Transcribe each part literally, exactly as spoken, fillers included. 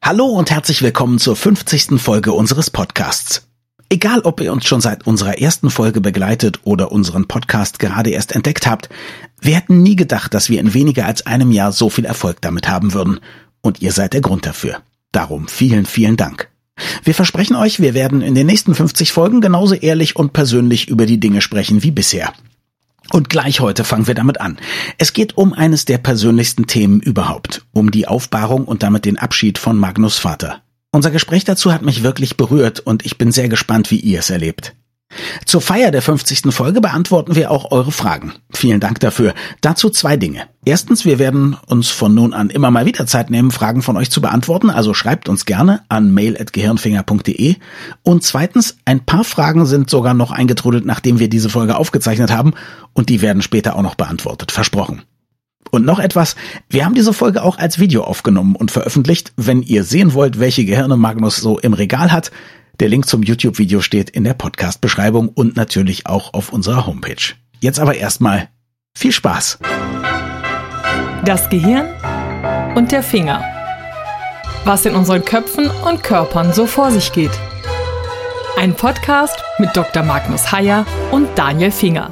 Hallo und herzlich willkommen zur fünfzigsten Folge unseres Podcasts. Egal, ob ihr uns schon seit unserer ersten Folge begleitet oder unseren Podcast gerade erst entdeckt habt, wir hätten nie gedacht, dass wir in weniger als einem Jahr so viel Erfolg damit haben würden. Und ihr seid der Grund dafür. Darum vielen, vielen Dank. Wir versprechen euch, wir werden in den nächsten fünfzig Folgen genauso ehrlich und persönlich über die Dinge sprechen wie bisher. Und gleich heute fangen wir damit an. Es geht um eines der persönlichsten Themen überhaupt, um die Aufbahrung und damit den Abschied von Magnus Vater. Unser Gespräch dazu hat mich wirklich berührt und ich bin sehr gespannt, wie ihr es erlebt. Zur Feier der fünfzigsten Folge beantworten wir auch eure Fragen. Vielen Dank dafür. Dazu zwei Dinge. Erstens, wir werden uns von nun an immer mal wieder Zeit nehmen, Fragen von euch zu beantworten, also schreibt uns gerne an mail at gehirnfinger punkt de. Und zweitens, ein paar Fragen sind sogar noch eingetrudelt, nachdem wir diese Folge aufgezeichnet haben, und die werden später auch noch beantwortet, versprochen. Und noch etwas, wir haben diese Folge auch als Video aufgenommen und veröffentlicht. Wenn ihr sehen wollt, welche Gehirne Magnus so im Regal hat, der Link zum YouTube-Video steht in der Podcast-Beschreibung und natürlich auch auf unserer Homepage. Jetzt aber erstmal viel Spaß. Das Gehirn und der Finger. Was in unseren Köpfen und Körpern so vor sich geht. Ein Podcast mit Doktor Magnus Heyer und Daniel Finger.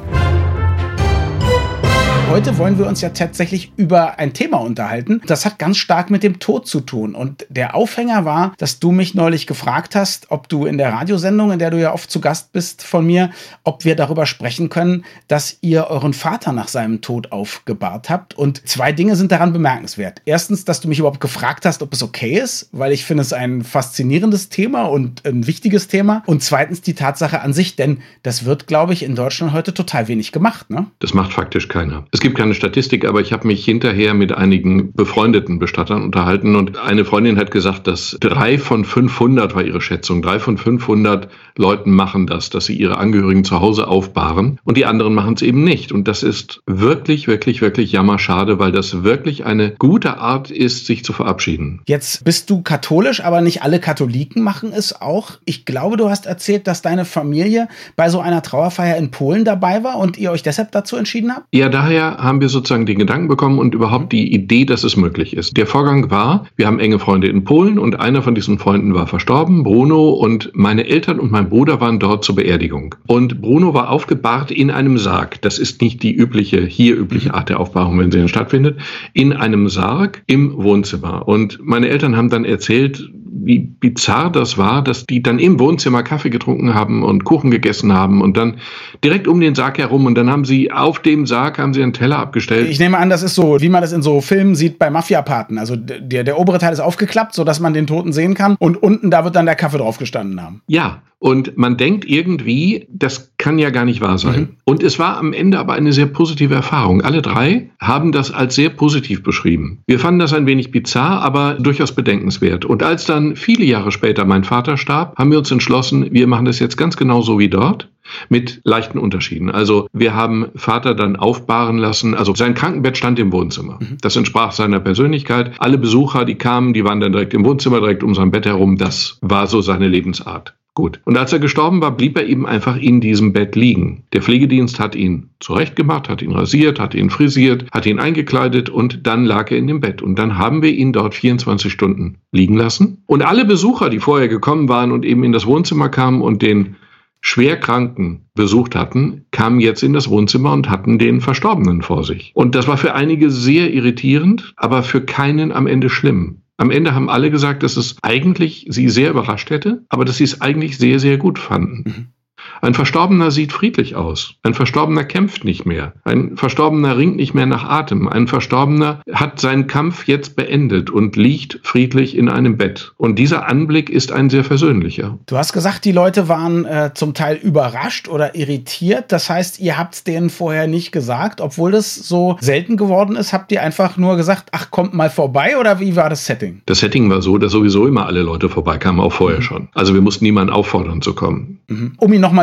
Heute wollen wir uns ja tatsächlich über ein Thema unterhalten. Das hat ganz stark mit dem Tod zu tun. Und der Aufhänger war, dass du mich neulich gefragt hast, ob du in der Radiosendung, in der du ja oft zu Gast bist von mir, ob wir darüber sprechen können, dass ihr euren Vater nach seinem Tod aufgebahrt habt. Und zwei Dinge sind daran bemerkenswert. Erstens, dass du mich überhaupt gefragt hast, ob es okay ist, weil ich finde es ein faszinierendes Thema und ein wichtiges Thema. Und zweitens die Tatsache an sich, denn das wird, glaube ich, in Deutschland heute total wenig gemacht, ne? Das macht faktisch keiner. Es gibt keine Statistik, aber ich habe mich hinterher mit einigen befreundeten Bestattern unterhalten und eine Freundin hat gesagt, dass drei von fünfhundert war ihre Schätzung, drei von fünfhundert Leuten machen das, dass sie ihre Angehörigen zu Hause aufbahren und die anderen machen es eben nicht. Und das ist wirklich, wirklich, wirklich jammerschade, weil das wirklich eine gute Art ist, sich zu verabschieden. Jetzt bist du katholisch, aber nicht alle Katholiken machen es auch. Ich glaube, du hast erzählt, dass deine Familie bei so einer Trauerfeier in Polen dabei war und ihr euch deshalb dazu entschieden habt? Ja, daher haben wir sozusagen den Gedanken bekommen und überhaupt die Idee, dass es möglich ist. Der Vorgang war, wir haben enge Freunde in Polen und einer von diesen Freunden war verstorben, Bruno, und meine Eltern und mein Bruder waren dort zur Beerdigung. Und Bruno war aufgebahrt in einem Sarg. Das ist nicht die übliche, hier übliche Art der Aufbahrung, wenn sie denn stattfindet, in einem Sarg im Wohnzimmer. Und meine Eltern haben dann erzählt, wie bizarr das war, dass die dann im Wohnzimmer Kaffee getrunken haben und Kuchen gegessen haben und dann direkt um den Sarg herum und dann haben sie auf dem Sarg haben sie einen Teller abgestellt. Ich nehme an, das ist so, wie man das in so Filmen sieht bei Mafia-Paten. Also der, der obere Teil ist aufgeklappt, sodass man den Toten sehen kann und unten, da wird dann der Kaffee drauf gestanden haben. Ja, und man denkt irgendwie, das kann ja gar nicht wahr sein. Mhm. Und es war am Ende aber eine sehr positive Erfahrung. Alle drei haben das als sehr positiv beschrieben. Wir fanden das ein wenig bizarr, aber durchaus bedenkenswert. Und als dann viele Jahre später mein Vater starb, haben wir uns entschlossen, wir machen das jetzt ganz genau so wie dort. Mit leichten Unterschieden. Also wir haben Vater dann aufbahren lassen, also sein Krankenbett stand im Wohnzimmer. Mhm. Das entsprach seiner Persönlichkeit. Alle Besucher, die kamen, die waren dann direkt im Wohnzimmer, direkt um sein Bett herum. Das war so seine Lebensart. Gut. Und als er gestorben war, blieb er eben einfach in diesem Bett liegen. Der Pflegedienst hat ihn zurechtgemacht, hat ihn rasiert, hat ihn frisiert, hat ihn eingekleidet und dann lag er in dem Bett. Und dann haben wir ihn dort vierundzwanzig Stunden liegen lassen. Und alle Besucher, die vorher gekommen waren und eben in das Wohnzimmer kamen und den Schwerkranken besucht hatten, kamen jetzt in das Wohnzimmer und hatten den Verstorbenen vor sich. Und das war für einige sehr irritierend, aber für keinen am Ende schlimm. Am Ende haben alle gesagt, dass es eigentlich sie sehr überrascht hätte, aber dass sie es eigentlich sehr, sehr gut fanden. Mhm. Ein Verstorbener sieht friedlich aus. Ein Verstorbener kämpft nicht mehr. Ein Verstorbener ringt nicht mehr nach Atem. Ein Verstorbener hat seinen Kampf jetzt beendet und liegt friedlich in einem Bett. Und dieser Anblick ist ein sehr versöhnlicher. Du hast gesagt, die Leute waren äh, zum Teil überrascht oder irritiert. Das heißt, ihr habt es denen vorher nicht gesagt, obwohl das so selten geworden ist. Habt ihr einfach nur gesagt, ach, kommt mal vorbei, oder wie war das Setting? Das Setting war so, dass sowieso immer alle Leute vorbeikamen, auch vorher mhm. schon. Also wir mussten niemanden auffordern zu kommen. Mhm. Um ihn nochmal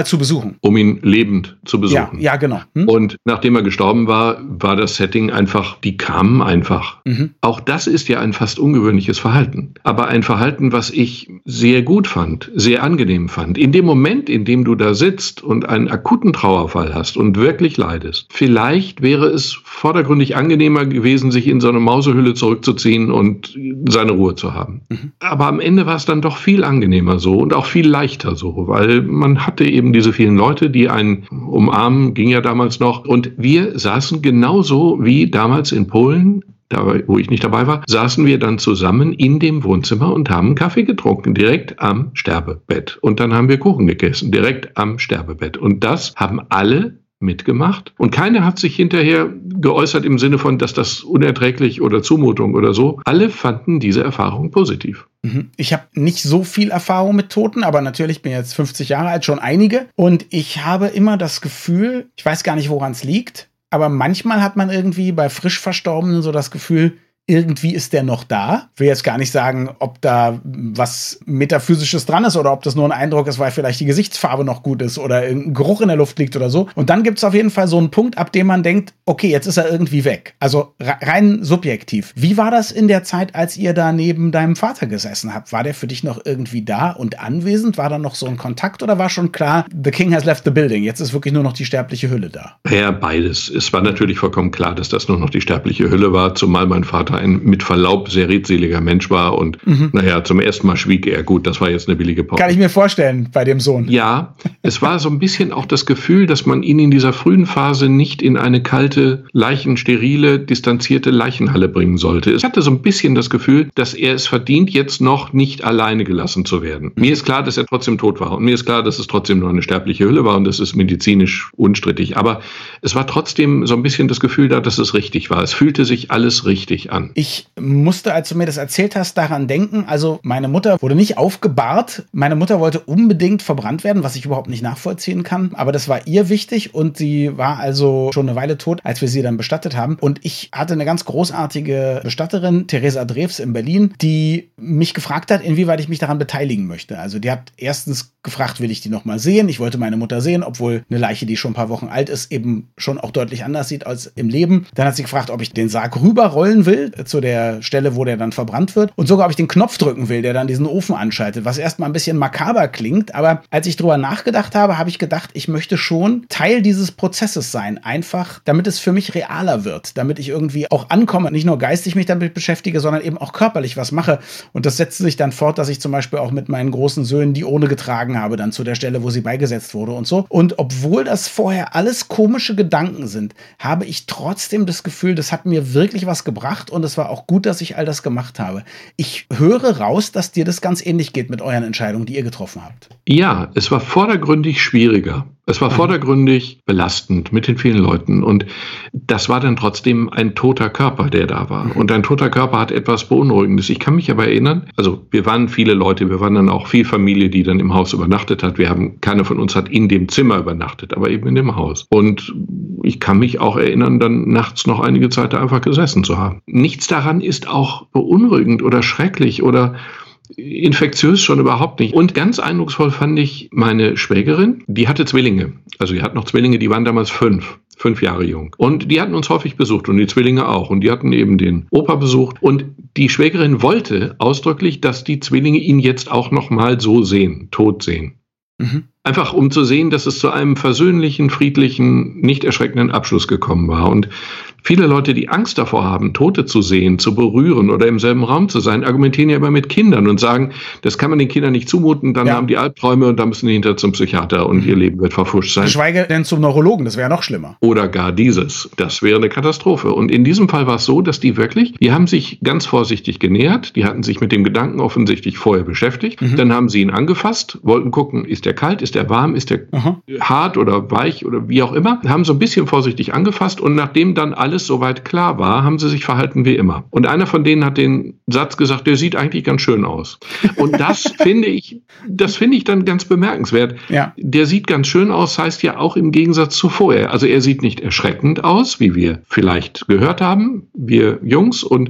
zu besuchen. Um ihn lebend zu besuchen. Ja, ja genau. Hm? Und nachdem er gestorben war, war das Setting einfach, die kamen einfach. Mhm. Auch das ist ja ein fast ungewöhnliches Verhalten. Aber ein Verhalten, was ich sehr gut fand, sehr angenehm fand. In dem Moment, in dem du da sitzt und einen akuten Trauerfall hast und wirklich leidest, vielleicht wäre es vordergründig angenehmer gewesen, sich in so eine Mausehülle zurückzuziehen und seine Ruhe zu haben. Mhm. Aber am Ende war es dann doch viel angenehmer so und auch viel leichter so, weil man hatte eben diese vielen Leute, die einen umarmen, ging ja damals noch. Und wir saßen genauso wie damals in Polen, da, wo ich nicht dabei war, saßen wir dann zusammen in dem Wohnzimmer und haben Kaffee getrunken, direkt am Sterbebett. Und dann haben wir Kuchen gegessen, direkt am Sterbebett. Und das haben alle mitgemacht. Und keiner hat sich hinterher geäußert im Sinne von, dass das unerträglich oder Zumutung oder so. Alle fanden diese Erfahrung positiv. Ich habe nicht so viel Erfahrung mit Toten, aber natürlich bin ich jetzt fünfzig Jahre alt, schon einige. Und ich habe immer das Gefühl, ich weiß gar nicht, woran es liegt, aber manchmal hat man irgendwie bei frisch Verstorbenen so das Gefühl, irgendwie ist der noch da. Ich will jetzt gar nicht sagen, ob da was Metaphysisches dran ist oder ob das nur ein Eindruck ist, weil vielleicht die Gesichtsfarbe noch gut ist oder irgendein Geruch in der Luft liegt oder so. Und dann gibt es auf jeden Fall so einen Punkt, ab dem man denkt, okay, jetzt ist er irgendwie weg. Also rein subjektiv. Wie war das in der Zeit, als ihr da neben deinem Vater gesessen habt? War der für dich noch irgendwie da und anwesend? War da noch so ein Kontakt oder war schon klar, the king has left the building, jetzt ist wirklich nur noch die sterbliche Hülle da? Ja, beides. Es war natürlich vollkommen klar, dass das nur noch die sterbliche Hülle war, zumal mein Vater ein mit Verlaub sehr redseliger Mensch war und mhm. naja, zum ersten Mal schwieg er. Gut, das war jetzt eine billige Pause. Kann ich mir vorstellen, bei dem Sohn. Ja, es war so ein bisschen auch das Gefühl, dass man ihn in dieser frühen Phase nicht in eine kalte, leichensterile, distanzierte Leichenhalle bringen sollte. Ich hatte so ein bisschen das Gefühl, dass er es verdient, jetzt noch nicht alleine gelassen zu werden. Mir ist klar, dass er trotzdem tot war und mir ist klar, dass es trotzdem nur eine sterbliche Hülle war und das ist medizinisch unstrittig. Aber es war trotzdem so ein bisschen das Gefühl da, dass es richtig war. Es fühlte sich alles richtig an. Ich musste, als du mir das erzählt hast, daran denken, also meine Mutter wurde nicht aufgebahrt. Meine Mutter wollte unbedingt verbrannt werden, was ich überhaupt nicht nachvollziehen kann. Aber das war ihr wichtig und sie war also schon eine Weile tot, als wir sie dann bestattet haben. Und ich hatte eine ganz großartige Bestatterin, Theresa Drews in Berlin, die mich gefragt hat, inwieweit ich mich daran beteiligen möchte. Also die hat erstens gefragt, will ich die noch mal sehen? Ich wollte meine Mutter sehen, obwohl eine Leiche, die schon ein paar Wochen alt ist, eben schon auch deutlich anders sieht als im Leben. Dann hat sie gefragt, ob ich den Sarg rüberrollen will zu der Stelle, wo der dann verbrannt wird. Und sogar, ob ich den Knopf drücken will, der dann diesen Ofen anschaltet, was erstmal ein bisschen makaber klingt. Aber als ich drüber nachgedacht habe, habe ich gedacht, ich möchte schon Teil dieses Prozesses sein. Einfach, damit es für mich realer wird. Damit ich irgendwie auch ankomme, nicht nur geistig mich damit beschäftige, sondern eben auch körperlich was mache. Und das setzte sich dann fort, dass ich zum Beispiel auch mit meinen großen Söhnen die Urne getragen habe, dann zu der Stelle, wo sie beigesetzt wurde und so. Und obwohl das vorher alles komische Gedanken sind, habe ich trotzdem das Gefühl, das hat mir wirklich was gebracht und es war auch gut, dass ich all das gemacht habe. Ich höre raus, dass dir das ganz ähnlich geht mit euren Entscheidungen, die ihr getroffen habt. Ja, es war vordergründig schwieriger. Es war vordergründig belastend mit den vielen Leuten und das war dann trotzdem ein toter Körper, der da war. Und ein toter Körper hat etwas Beunruhigendes. Ich kann mich aber erinnern, also wir waren viele Leute, wir waren dann auch viel Familie, die dann im Haus übernachtet hat. Wir haben, keiner von uns hat in dem Zimmer übernachtet, aber eben in dem Haus. Und ich kann mich auch erinnern, dann nachts noch einige Zeit da einfach gesessen zu haben. Nichts daran ist auch beunruhigend oder schrecklich oder infektiös schon überhaupt nicht. Und ganz eindrucksvoll fand ich meine Schwägerin, die hatte Zwillinge. Also die hat noch Zwillinge, die waren damals fünf. Fünf Jahre jung. Und die hatten uns häufig besucht und die Zwillinge auch. Und die hatten eben den Opa besucht. Und die Schwägerin wollte ausdrücklich, dass die Zwillinge ihn jetzt auch noch mal so sehen, tot sehen. Mhm. Einfach um zu sehen, dass es zu einem versöhnlichen, friedlichen, nicht erschreckenden Abschluss gekommen war. Und viele Leute, die Angst davor haben, Tote zu sehen, zu berühren oder im selben Raum zu sein, argumentieren ja immer mit Kindern und sagen, das kann man den Kindern nicht zumuten, dann ja. haben die Albträume und dann müssen die hinter zum Psychiater und mhm. ihr Leben wird verfuscht sein. Geschweige denn zum Neurologen, das wäre noch schlimmer. Oder gar dieses. Das wäre eine Katastrophe. Und in diesem Fall war es so, dass die wirklich, die haben sich ganz vorsichtig genähert, die hatten sich mit dem Gedanken offensichtlich vorher beschäftigt, mhm. dann haben sie ihn angefasst, wollten gucken, ist der kalt, ist der warm, ist der Aha. hart oder weich oder wie auch immer, haben so ein bisschen vorsichtig angefasst und nachdem dann alles soweit klar war, haben sie sich verhalten wie immer. Und einer von denen hat den Satz gesagt, der sieht eigentlich ganz schön aus. Und das finde ich, das finde ich dann ganz bemerkenswert. Ja. Der sieht ganz schön aus, heißt ja auch im Gegensatz zu vorher. Also er sieht nicht erschreckend aus, wie wir vielleicht gehört haben, wir Jungs, und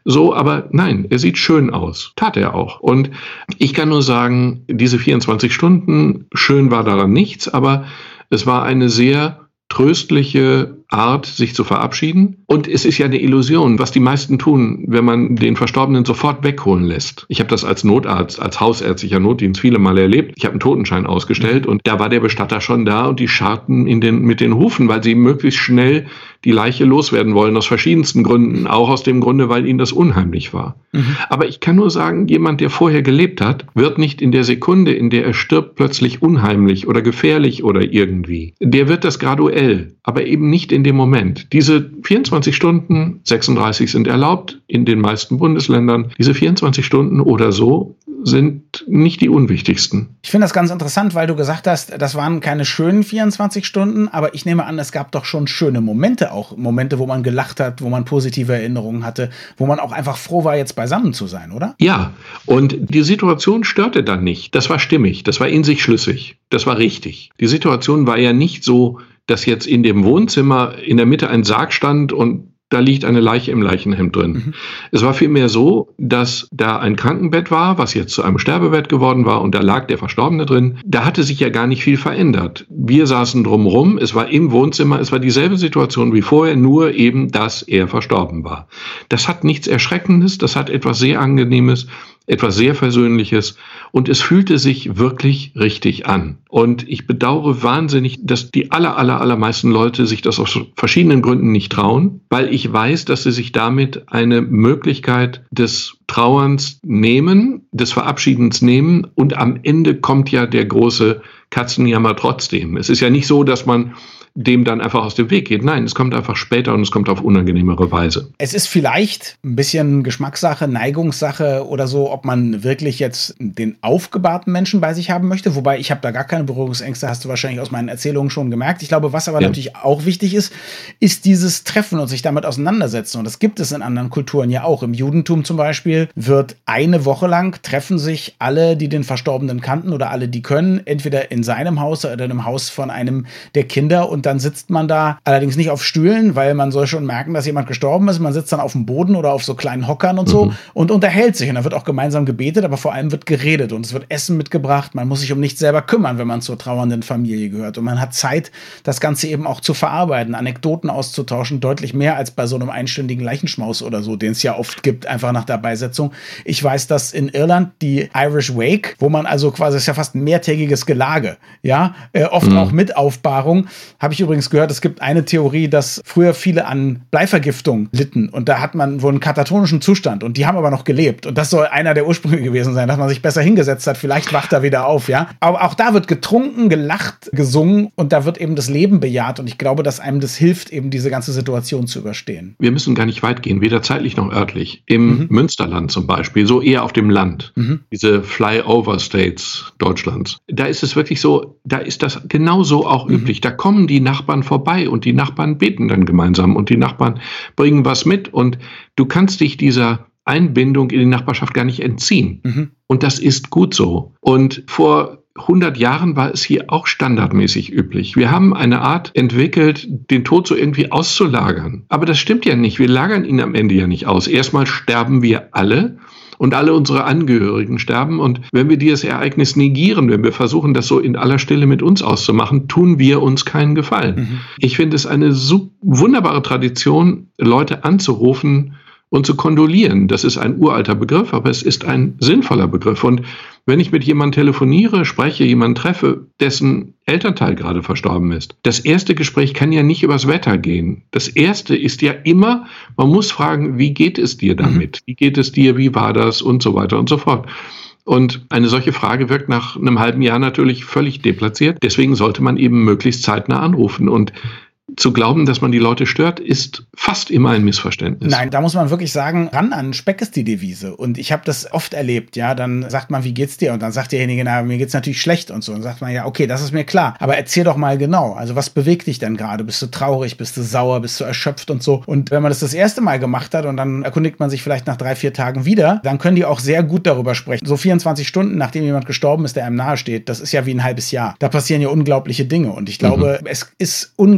so, aber nein, er sieht schön aus. Tat er auch. Und ich kann nur sagen, diese vierundzwanzig Stunden, schön war daran nichts, aber es war eine sehr tröstliche Art, sich zu verabschieden. Und es ist ja eine Illusion, was die meisten tun, wenn man den Verstorbenen sofort wegholen lässt. Ich habe das als Notarzt, als hausärztlicher Notdienst viele Male erlebt. Ich habe einen Totenschein ausgestellt und da war der Bestatter schon da und die scharrten in den, mit den Hufen, weil sie möglichst schnell die Leiche loswerden wollen, aus verschiedensten Gründen, auch aus dem Grunde, weil ihnen das unheimlich war. Mhm. Aber ich kann nur sagen, jemand, der vorher gelebt hat, wird nicht in der Sekunde, in der er stirbt, plötzlich unheimlich oder gefährlich oder irgendwie. Der wird das graduell, aber eben nicht in dem Moment. Diese vierundzwanzig Stunden, sechsunddreißig sind erlaubt in den meisten Bundesländern, diese vierundzwanzig Stunden oder so sind nicht die unwichtigsten. Ich finde das ganz interessant, weil du gesagt hast, das waren keine schönen vierundzwanzig Stunden, aber ich nehme an, es gab doch schon schöne Momente auch. Momente, wo man gelacht hat, wo man positive Erinnerungen hatte, wo man auch einfach froh war, jetzt beisammen zu sein, oder? Ja, und die Situation störte dann nicht. Das war stimmig, das war in sich schlüssig, das war richtig. Die Situation war ja nicht so, dass jetzt in dem Wohnzimmer in der Mitte ein Sarg stand und da liegt eine Leiche im Leichenhemd drin. Mhm. Es war vielmehr so, dass da ein Krankenbett war, was jetzt zu einem Sterbebett geworden war und da lag der Verstorbene drin. Da hatte sich ja gar nicht viel verändert. Wir saßen drumherum, es war im Wohnzimmer, es war dieselbe Situation wie vorher, nur eben, dass er verstorben war. Das hat nichts Erschreckendes, das hat etwas sehr Angenehmes, etwas sehr Versöhnliches und es fühlte sich wirklich richtig an. Und ich bedauere wahnsinnig, dass die aller, aller, allermeisten Leute sich das aus verschiedenen Gründen nicht trauen, weil ich weiß, dass sie sich damit eine Möglichkeit des Trauerns nehmen, des Verabschiedens nehmen und am Ende kommt ja der große Katzenjammer trotzdem. Es ist ja nicht so, dass man dem dann einfach aus dem Weg geht. Nein, es kommt einfach später und es kommt auf unangenehmere Weise. Es ist vielleicht ein bisschen Geschmackssache, Neigungssache oder so, ob man wirklich jetzt den aufgebahrten Menschen bei sich haben möchte. Wobei, ich habe da gar keine Berührungsängste, hast du wahrscheinlich aus meinen Erzählungen schon gemerkt. Ich glaube, was aber ja. natürlich auch wichtig ist, ist dieses Treffen und sich damit auseinandersetzen. Und das gibt es in anderen Kulturen ja auch. Im Judentum zum Beispiel wird eine Woche lang treffen sich alle, die den Verstorbenen kannten oder alle, die können, entweder in seinem Haus oder in einem Haus von einem der Kinder und dann sitzt man da allerdings nicht auf Stühlen, weil man soll schon merken, dass jemand gestorben ist. Man sitzt dann auf dem Boden oder auf so kleinen Hockern und so mhm. und unterhält sich. Und dann wird auch gemeinsam gebetet, aber vor allem wird geredet und es wird Essen mitgebracht. Man muss sich um nichts selber kümmern, wenn man zur trauernden Familie gehört. Und man hat Zeit, das Ganze eben auch zu verarbeiten, Anekdoten auszutauschen, deutlich mehr als bei so einem einstündigen Leichenschmaus oder so, den es ja oft gibt, einfach nach der Beisetzung. Ich weiß, dass in Irland die Irish Wake, wo man also quasi, ist ja fast ein mehrtägiges Gelage, ja, äh, oft mhm. auch mit Aufbahrung, habe ich übrigens gehört, es gibt eine Theorie, dass früher viele an Bleivergiftung litten und da hat man wohl einen katatonischen Zustand und die haben aber noch gelebt und das soll einer der Ursprünge gewesen sein, dass man sich besser hingesetzt hat, vielleicht wacht er wieder auf, ja. Aber auch da wird getrunken, gelacht, gesungen und da wird eben das Leben bejaht und ich glaube, dass einem das hilft, eben diese ganze Situation zu überstehen. Wir müssen gar nicht weit gehen, weder zeitlich noch örtlich. Im mhm. Münsterland zum Beispiel, so eher auf dem Land, mhm. diese Flyover-States Deutschlands, da ist es wirklich so, da ist das genauso auch mhm. üblich. Da kommen die Nachbarn vorbei und die Nachbarn beten dann gemeinsam und die Nachbarn bringen was mit und du kannst dich dieser Einbindung in die Nachbarschaft gar nicht entziehen. Mhm. Und das ist gut so. Und vor hundert Jahren war es hier auch standardmäßig üblich. Wir haben eine Art entwickelt, den Tod so irgendwie auszulagern. Aber das stimmt ja nicht. Wir lagern ihn am Ende ja nicht aus. Erstmal sterben wir alle. Und alle unsere Angehörigen sterben. Und wenn wir dieses Ereignis negieren, wenn wir versuchen, das so in aller Stille mit uns auszumachen, tun wir uns keinen Gefallen. Mhm. Ich finde es eine so wunderbare Tradition, Leute anzurufen und zu kondolieren. Das ist ein uralter Begriff, aber es ist ein sinnvoller Begriff. Und wenn ich mit jemandem telefoniere, spreche, jemanden treffe, dessen Elternteil gerade verstorben ist, das erste Gespräch kann ja nicht übers Wetter gehen. Das erste ist ja immer, man muss fragen, wie geht es dir damit? Mhm. Wie geht es dir? Wie war das? Und so weiter und so fort. Und eine solche Frage wirkt nach einem halben Jahr natürlich völlig deplatziert. Deswegen sollte man eben möglichst zeitnah anrufen. Und zu glauben, dass man die Leute stört, ist fast immer ein Missverständnis. Nein, da muss man wirklich sagen, ran an Speck ist die Devise. Und ich habe das oft erlebt, ja, dann sagt man, wie geht's dir? Und dann sagt derjenige, na, mir geht's natürlich schlecht und so. Und sagt man, ja, okay, das ist mir klar. Aber erzähl doch mal genau. Also was bewegt dich denn gerade? Bist du traurig? Bist du sauer? Bist du erschöpft und so? Und wenn man das das erste Mal gemacht hat und dann erkundigt man sich vielleicht nach drei, vier Tagen wieder, dann können die auch sehr gut darüber sprechen. So vierundzwanzig Stunden, nachdem jemand gestorben ist, der einem nahe steht, das ist ja wie ein halbes Jahr. Da passieren ja unglaubliche Dinge. Und ich glaube, mhm. es ist unglaublich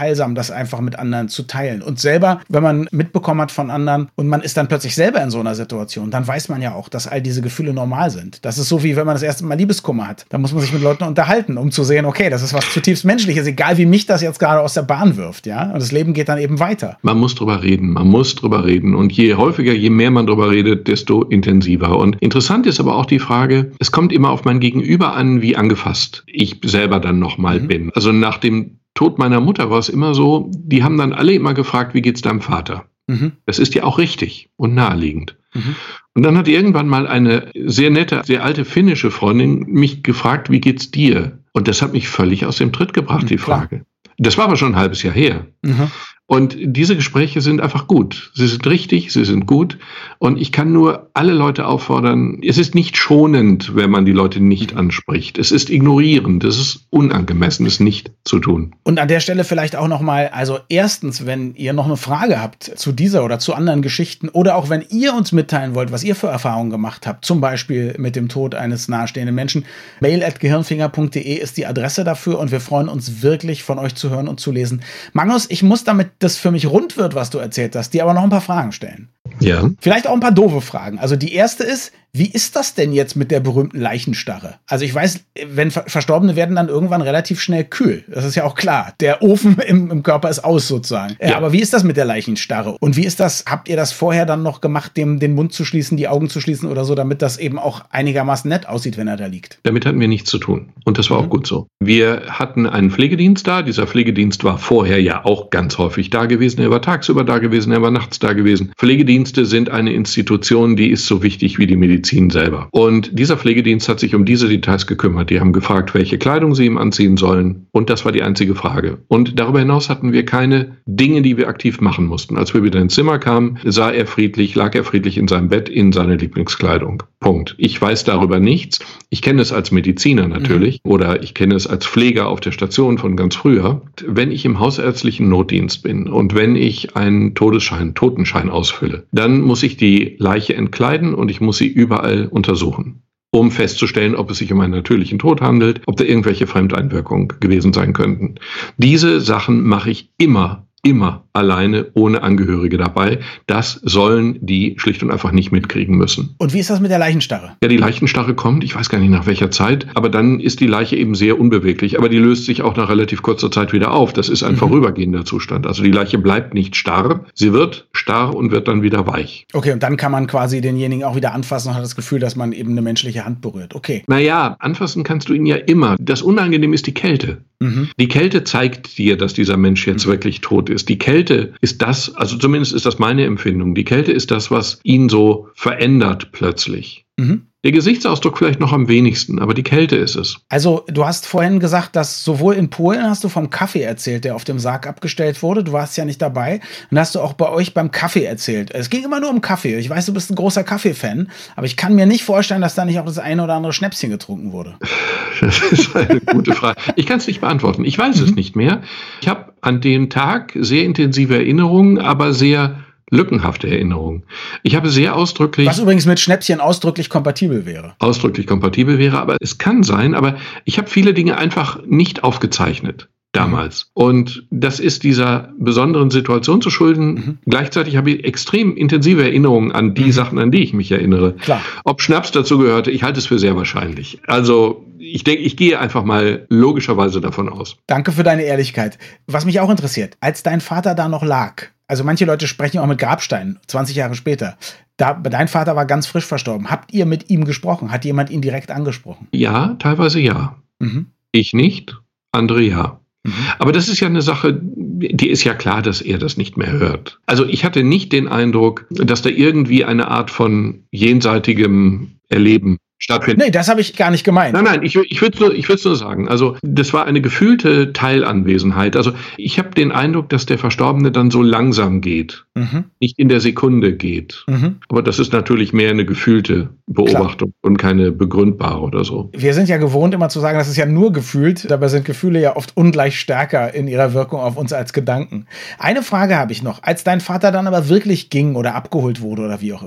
heilsam, das einfach mit anderen zu teilen. Und selber, wenn man mitbekommen hat von anderen und man ist dann plötzlich selber in so einer Situation, dann weiß man ja auch, dass all diese Gefühle normal sind. Das ist so, wie wenn man das erste Mal Liebeskummer hat. Da muss man sich mit Leuten unterhalten, um zu sehen, okay, das ist was zutiefst Menschliches, egal wie mich das jetzt gerade aus der Bahn wirft, ja. Und das Leben geht dann eben weiter. Man muss drüber reden, man muss drüber reden. Und je häufiger, je mehr man drüber redet, desto intensiver. Und interessant ist aber auch die Frage, es kommt immer auf mein Gegenüber an, wie angefasst ich selber dann nochmal mhm. bin. Also nach dem Tod meiner Mutter war es immer so, die haben dann alle immer gefragt, wie geht's deinem Vater? Mhm. Das ist ja auch richtig und naheliegend. Mhm. Und dann hat irgendwann mal eine sehr nette, sehr alte finnische Freundin mich gefragt, wie geht's dir? Und das hat mich völlig aus dem Tritt gebracht, mhm, die Frage. Klar. Das war aber schon ein halbes Jahr her. Mhm. Und diese Gespräche sind einfach gut. Sie sind richtig, sie sind gut. Und ich kann nur alle Leute auffordern, es ist nicht schonend, wenn man die Leute nicht anspricht. Es ist ignorierend, es ist unangemessen, es nicht zu tun. Und an der Stelle vielleicht auch nochmal, also erstens, wenn ihr noch eine Frage habt zu dieser oder zu anderen Geschichten oder auch wenn ihr uns mitteilen wollt, was ihr für Erfahrungen gemacht habt, zum Beispiel mit dem Tod eines nahestehenden Menschen, mail at gehirnfinger punkt de ist die Adresse dafür und wir freuen uns wirklich, von euch zu hören und zu lesen. Magnus, ich muss, damit das für mich rund wird, was du erzählt hast, dir aber noch ein paar Fragen stellen. Ja. Vielleicht auch ein paar doofe Fragen. Also die erste ist, wie ist das denn jetzt mit der berühmten Leichenstarre? Also ich weiß, wenn Verstorbene werden dann irgendwann relativ schnell kühl. Das ist ja auch klar. Der Ofen im, im Körper ist aus sozusagen. Ja. Aber wie ist das mit der Leichenstarre? Und wie ist das, habt ihr das vorher dann noch gemacht, dem den Mund zu schließen, die Augen zu schließen oder so, damit das eben auch einigermaßen nett aussieht, wenn er da liegt? Damit hatten wir nichts zu tun. Und das war mhm. auch gut so. Wir hatten einen Pflegedienst da. Dieser Pflegedienst war vorher ja auch ganz häufig da gewesen. Er war tagsüber da gewesen, er war nachts da gewesen. Pflegedienste sind eine Institution, die ist so wichtig wie die Medizin selber. Und dieser Pflegedienst hat sich um diese Details gekümmert. Die haben gefragt, welche Kleidung sie ihm anziehen sollen. Und das war die einzige Frage. Und darüber hinaus hatten wir keine Dinge, die wir aktiv machen mussten. Als wir wieder ins Zimmer kamen, sah er friedlich, lag er friedlich in seinem Bett in seiner Lieblingskleidung. Punkt. Ich weiß darüber nichts. Ich kenne es als Mediziner natürlich mhm. oder ich kenne es als Pfleger auf der Station von ganz früher. Wenn ich im hausärztlichen Notdienst bin und wenn ich einen Todesschein, Totenschein ausfülle, dann muss ich die Leiche entkleiden und ich muss sie überall untersuchen, um festzustellen, ob es sich um einen natürlichen Tod handelt, ob da irgendwelche Fremdeinwirkungen gewesen sein könnten. Diese Sachen mache ich immer, immer alleine, ohne Angehörige dabei. Das sollen die schlicht und einfach nicht mitkriegen müssen. Und wie ist das mit der Leichenstarre? Ja, die Leichenstarre kommt, ich weiß gar nicht nach welcher Zeit, aber dann ist die Leiche eben sehr unbeweglich. Aber die löst sich auch nach relativ kurzer Zeit wieder auf. Das ist ein mhm. vorübergehender Zustand. Also die Leiche bleibt nicht starr, sie wird starr und wird dann wieder weich. Okay, und dann kann man quasi denjenigen auch wieder anfassen und hat das Gefühl, dass man eben eine menschliche Hand berührt. Okay. Naja, anfassen kannst du ihn ja immer. Das Unangenehme ist die Kälte. Mhm. Die Kälte zeigt dir, dass dieser Mensch jetzt mhm. wirklich tot ist. Die Kälte ist das, also zumindest ist das meine Empfindung, die Kälte ist das, was ihn so verändert plötzlich. Mhm. Der Gesichtsausdruck vielleicht noch am wenigsten, aber die Kälte ist es. Also du hast vorhin gesagt, dass sowohl in Polen hast du vom Kaffee erzählt, der auf dem Sarg abgestellt wurde. Du warst ja nicht dabei. Und hast du auch bei euch beim Kaffee erzählt. Es ging immer nur um Kaffee. Ich weiß, du bist ein großer Kaffee-Fan, aber ich kann mir nicht vorstellen, dass da nicht auch das eine oder andere Schnäpschen getrunken wurde. Das ist eine gute Frage. Ich kann es nicht beantworten. Ich weiß mhm. es nicht mehr. Ich habe an dem Tag sehr intensive Erinnerungen, aber sehr lückenhafte Erinnerungen. Ich habe sehr ausdrücklich... Was übrigens mit Schnäpschen ausdrücklich kompatibel wäre. Ausdrücklich kompatibel wäre, aber es kann sein, aber ich habe viele Dinge einfach nicht aufgezeichnet damals. Mhm. Und das ist dieser besonderen Situation zu schulden. Mhm. Gleichzeitig habe ich extrem intensive Erinnerungen an die mhm. Sachen, an die ich mich erinnere. Klar. Ob Schnaps dazu gehörte, ich halte es für sehr wahrscheinlich. Also ich denke, ich gehe einfach mal logischerweise davon aus. Danke für deine Ehrlichkeit. Was mich auch interessiert, als dein Vater da noch lag, also manche Leute sprechen auch mit Grabsteinen, zwanzig Jahre später. Da, dein Vater war ganz frisch verstorben. Habt ihr mit ihm gesprochen? Hat jemand ihn direkt angesprochen? Ja, teilweise ja. Mhm. Ich nicht, andere ja. Mhm. Aber das ist ja eine Sache, die ist ja klar, dass er das nicht mehr hört. Also ich hatte nicht den Eindruck, dass da irgendwie eine Art von jenseitigem Erleben stattfindet. Nee, das habe ich gar nicht gemeint. Nein, nein, ich, ich würde nur, ich würde nur sagen, also das war eine gefühlte Teilanwesenheit. Also ich habe den Eindruck, dass der Verstorbene dann so langsam geht, mhm. nicht in der Sekunde geht. Mhm. Aber das ist natürlich mehr eine gefühlte Beobachtung Klar. und keine begründbare oder so. Wir sind ja gewohnt, immer zu sagen, das ist ja nur gefühlt. Dabei sind Gefühle ja oft ungleich stärker in ihrer Wirkung auf uns als Gedanken. Eine Frage habe ich noch. Als dein Vater dann aber wirklich ging oder abgeholt wurde oder wie auch immer,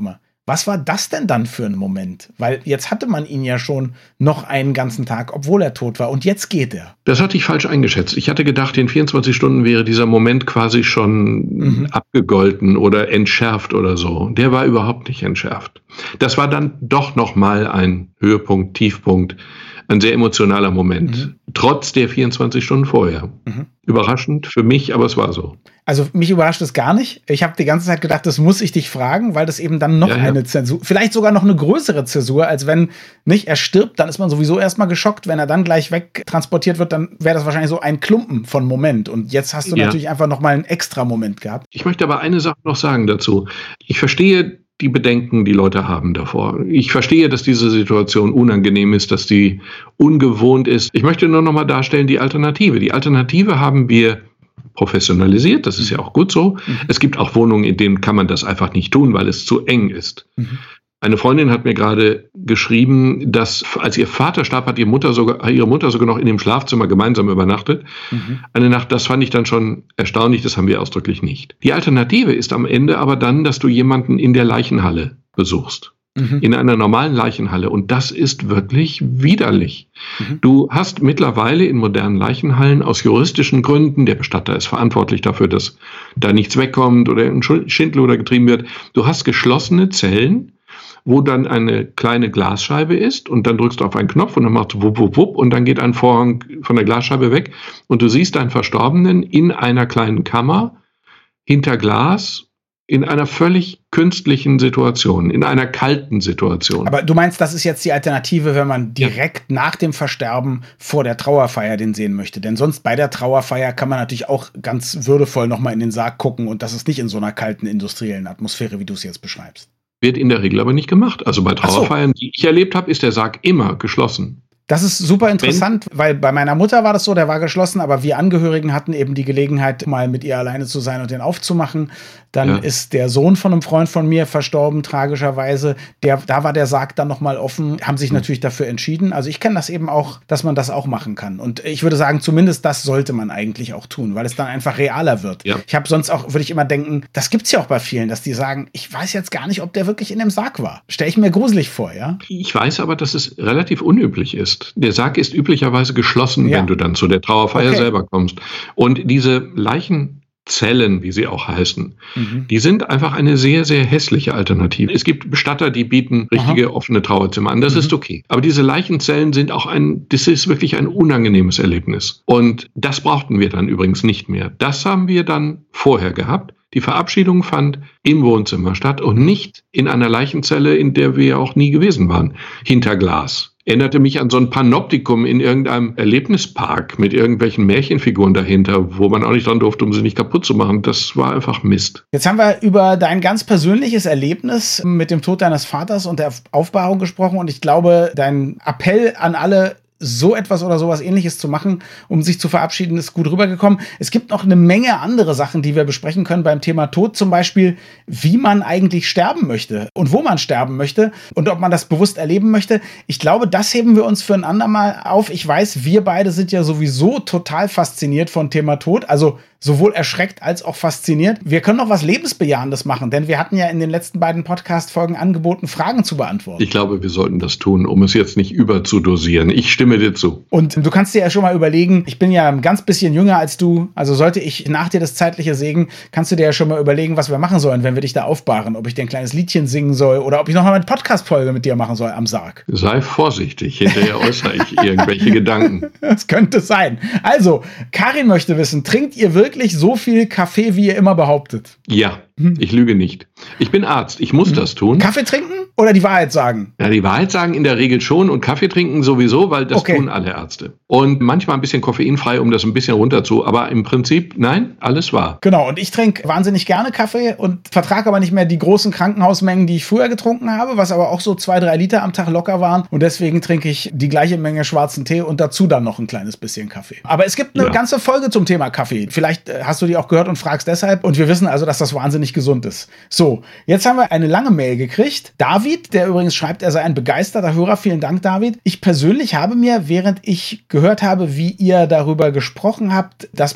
Was war das denn dann für ein Moment? Weil jetzt hatte man ihn ja schon noch einen ganzen Tag, obwohl er tot war. Und jetzt geht er. Das hatte ich falsch eingeschätzt. Ich hatte gedacht, in vierundzwanzig Stunden wäre dieser Moment quasi schon mhm. abgegolten oder entschärft oder so. Der war überhaupt nicht entschärft. Das war dann doch nochmal ein Höhepunkt, Tiefpunkt, ein sehr emotionaler Moment. Mhm. Trotz der vierundzwanzig Stunden vorher. Mhm. Überraschend für mich, aber es war so. Also mich überrascht es gar nicht. Ich habe die ganze Zeit gedacht, das muss ich dich fragen, weil das eben dann noch ja, ja. eine Zäsur, vielleicht sogar noch eine größere Zäsur, als wenn nicht er stirbt, dann ist man sowieso erstmal geschockt. Wenn er dann gleich wegtransportiert wird, dann wäre das wahrscheinlich so ein Klumpen von Moment. Und jetzt hast du ja. natürlich einfach noch mal einen extra Moment gehabt. Ich möchte aber eine Sache noch sagen dazu. Ich verstehe die Bedenken, die Leute haben davor. Ich verstehe, dass diese Situation unangenehm ist, dass die ungewohnt ist. Ich möchte nur noch mal darstellen, die Alternative. Die Alternative haben wir professionalisiert, das ist ja auch gut so. Mhm. Es gibt auch Wohnungen, in denen kann man das einfach nicht tun, weil es zu eng ist. Mhm. Eine Freundin hat mir gerade geschrieben, dass als ihr Vater starb, hat ihre Mutter sogar, ihre Mutter sogar noch in dem Schlafzimmer gemeinsam übernachtet. Mhm. Eine Nacht, das fand ich dann schon erstaunlich, das haben wir ausdrücklich nicht. Die Alternative ist am Ende aber dann, dass du jemanden in der Leichenhalle besuchst. Mhm. In einer normalen Leichenhalle. Und das ist wirklich widerlich. Mhm. Du hast mittlerweile in modernen Leichenhallen aus juristischen Gründen, der Bestatter ist verantwortlich dafür, dass da nichts wegkommt oder ein Schindluder getrieben wird. Du hast geschlossene Zellen, wo dann eine kleine Glasscheibe ist und dann drückst du auf einen Knopf und dann macht wupp, wupp, wupp und dann geht ein Vorhang von der Glasscheibe weg und du siehst einen Verstorbenen in einer kleinen Kammer hinter Glas in einer völlig künstlichen Situation, in einer kalten Situation. Aber du meinst, das ist jetzt die Alternative, wenn man direkt ja. nach dem Versterben vor der Trauerfeier den sehen möchte. Denn sonst bei der Trauerfeier kann man natürlich auch ganz würdevoll nochmal in den Sarg gucken und das ist nicht in so einer kalten industriellen Atmosphäre, wie du es jetzt beschreibst. Wird in der Regel aber nicht gemacht. Also bei Trauerfeiern, so. die ich erlebt habe, ist der Sarg immer geschlossen. Das ist super interessant, Wenn, weil bei meiner Mutter war das so, der war geschlossen, aber wir Angehörigen hatten eben die Gelegenheit, mal mit ihr alleine zu sein und den aufzumachen. Dann ja. ist der Sohn von einem Freund von mir verstorben, tragischerweise. Der, da war der Sarg dann nochmal offen, haben sich mhm. natürlich dafür entschieden. Also ich kenne das eben auch, dass man das auch machen kann. Und ich würde sagen, zumindest das sollte man eigentlich auch tun, weil es dann einfach realer wird. Ja. Ich habe sonst auch, würde ich immer denken, das gibt's ja auch bei vielen, dass die sagen, ich weiß jetzt gar nicht, ob der wirklich in dem Sarg war. Stelle ich mir gruselig vor, ja? Ich weiß aber, dass es relativ unüblich ist. Der Sarg ist üblicherweise geschlossen, ja. wenn du dann zu der Trauerfeier okay. selber kommst. Und diese Leichenzellen, wie sie auch heißen, mhm. die sind einfach eine sehr, sehr hässliche Alternative. Es gibt Bestatter, die bieten richtige Aha. offene Trauerzimmer an. Das mhm. ist okay. Aber diese Leichenzellen sind auch ein, das ist wirklich ein unangenehmes Erlebnis. Und das brauchten wir dann übrigens nicht mehr. Das haben wir dann vorher gehabt. Die Verabschiedung fand im Wohnzimmer statt und nicht in einer Leichenzelle, in der wir auch nie gewesen waren, hinter Glas. Erinnerte mich an so ein Panoptikum in irgendeinem Erlebnispark mit irgendwelchen Märchenfiguren dahinter, wo man auch nicht dran durfte, um sie nicht kaputt zu machen. Das war einfach Mist. Jetzt haben wir über dein ganz persönliches Erlebnis mit dem Tod deines Vaters und der Aufbahrung gesprochen und ich glaube, dein Appell an alle, so etwas oder sowas Ähnliches zu machen, um sich zu verabschieden, ist gut rübergekommen. Es gibt noch eine Menge andere Sachen, die wir besprechen können beim Thema Tod, zum Beispiel, wie man eigentlich sterben möchte und wo man sterben möchte und ob man das bewusst erleben möchte. Ich glaube, das heben wir uns für ein andermal auf. Ich weiß, wir beide sind ja sowieso total fasziniert von Thema Tod, also sowohl erschreckt als auch fasziniert. Wir können noch was Lebensbejahendes machen, denn wir hatten ja in den letzten beiden Podcast-Folgen angeboten, Fragen zu beantworten. Ich glaube, wir sollten das tun, um es jetzt nicht überzudosieren. Ich stimme dir zu. Und du kannst dir ja schon mal überlegen, ich bin ja ein ganz bisschen jünger als du, also sollte ich nach dir das Zeitliche sägen, kannst du dir ja schon mal überlegen, was wir machen sollen, wenn wir dich da aufbahren, ob ich dir ein kleines Liedchen singen soll oder ob ich noch mal eine Podcast-Folge mit dir machen soll am Sarg. Sei vorsichtig, hinterher äußere ich irgendwelche Gedanken. Das könnte sein. Also, Karin möchte wissen, trinkt ihr wirklich so viel Kaffee, wie ihr immer behauptet? Ja, ich lüge nicht. Ich bin Arzt, ich muss hm. das tun. Kaffee trinken oder die Wahrheit sagen? Ja, die Wahrheit sagen in der Regel schon und Kaffee trinken sowieso, weil das okay. tun alle Ärzte. Und manchmal ein bisschen koffeinfrei, um das ein bisschen runter zu, aber im Prinzip, nein, alles wahr. Genau, und ich trinke wahnsinnig gerne Kaffee und vertrage aber nicht mehr die großen Krankenhausmengen, die ich früher getrunken habe, was aber auch so zwei, drei Liter am Tag locker waren. Und deswegen trinke ich die gleiche Menge schwarzen Tee und dazu dann noch ein kleines bisschen Kaffee. Aber es gibt eine ja. ganze Folge zum Thema Kaffee. Vielleicht hast du die auch gehört und fragst deshalb. Und wir wissen also, dass das wahnsinnig gesund ist. So, jetzt haben wir eine lange Mail gekriegt. David, der übrigens schreibt, er sei ein begeisterter Hörer. Vielen Dank, David. Ich persönlich habe mir, während ich gehört habe, wie ihr darüber gesprochen habt, dass man